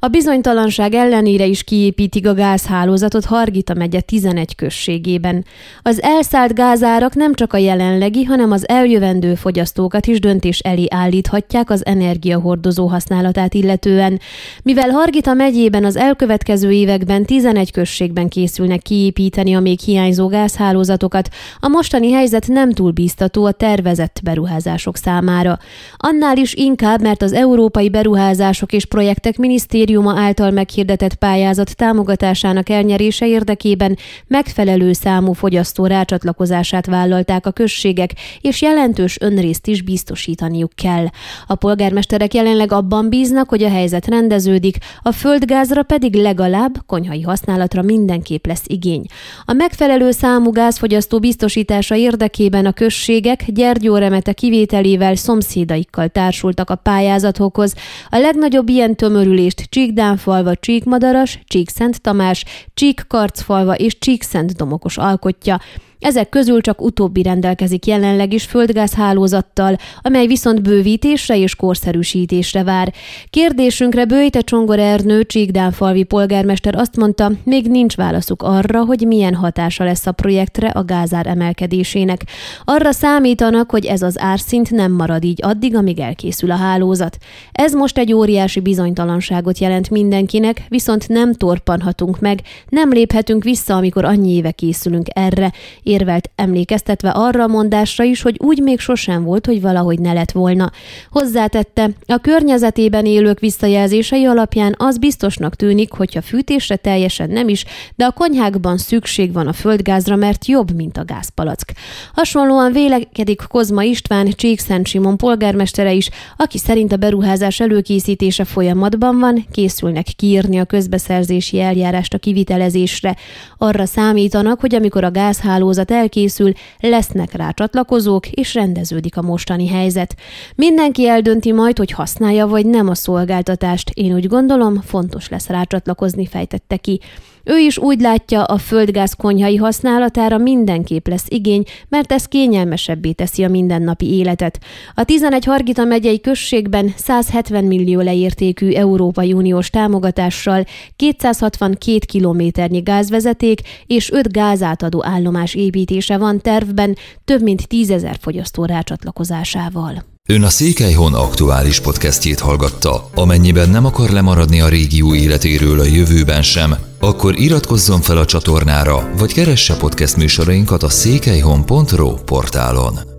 A bizonytalanság ellenére is kiépítik a gázhálózatot Hargita megye 11 községében. Az elszállt gázárak nem csak a jelenlegi, hanem az eljövendő fogyasztókat is döntés elé állíthatják az energiahordozó használatát illetően. Mivel Hargita megyében az elkövetkező években 11 községben készülnek kiépíteni a még hiányzó gázhálózatokat, a mostani helyzet nem túl bíztató a tervezett beruházások számára. Annál is inkább, mert az Európai Beruházások és Projektek Minisztériuma által meghirdetett pályázat támogatásának elnyerése érdekében megfelelő számú fogyasztó rácsatlakozását vállalták a községek, és jelentős önrészt is biztosítaniuk kell. A polgármesterek jelenleg abban bíznak, hogy a helyzet rendeződik, a földgázra pedig legalább konyhai használatra mindenképp lesz igény. A megfelelő számú gázfogyasztó biztosítása érdekében a községek Gyergyóremete kivételével szomszédaikkal társultak a pályázatokhoz. A legnagyobb ilyen tömörülést Csíkdánfalva, Csíkmadaras, Csíkszent Tamás, Csíkkarcfalva és Csíkszentdomokos alkotja. Ezek közül csak utóbbi rendelkezik jelenleg is földgázhálózattal, amely viszont bővítésre és korszerűsítésre vár. Kérdésünkre Böjte Csongor Ernő, csíkdánfalvi polgármester azt mondta, még nincs válaszuk arra, hogy milyen hatása lesz a projektre a gázár emelkedésének. Arra számítanak, hogy ez az árszint nem marad így addig, amíg elkészül a hálózat. Ez most egy óriási bizonytalanságot jelent mindenkinek, viszont nem torpanhatunk meg, nem léphetünk vissza, amikor annyi éve készülünk erre, érvelt, emlékeztetve arra a mondásra is, hogy úgy még sosem volt, hogy valahogy ne lett volna. Hozzátette, a környezetében élők visszajelzései alapján az biztosnak tűnik, hogyha fűtésre teljesen nem is, de a konyhákban szükség van a földgázra, mert jobb, mint a gázpalack. Hasonlóan vélekedik Kozma István, Csíkszent Simon polgármestere is, aki szerint a beruházás előkészítése folyamatban van, készülnek kiírni a közbeszerzési eljárást a kivitelezésre. Arra számítanak, hogy amikor a gázhálózat elkészül, lesznek rá csatlakozók, és rendeződik a mostani helyzet. Mindenki eldönti majd, hogy használja vagy nem a szolgáltatást. Én úgy gondolom, fontos lesz rácsatlakozni, fejtette ki. Ő is úgy látja, a földgáz konyhai használatára mindenképp lesz igény, mert ez kényelmesebbé teszi a mindennapi életet. A 11 Hargita megyei községben 170 millió leértékű Európai Uniós támogatással 262 kilométernyi gázvezeték és 5 gázátadó állomás építése van tervben, több mint 10 000 fogyasztó rácsatlakozásával. Ön a Székelyhon aktuális podcastjét hallgatta. Amennyiben nem akar lemaradni a régió életéről a jövőben sem, akkor iratkozzon fel a csatornára, vagy keresse podcast műsorainkat a székelyhon.ro portálon.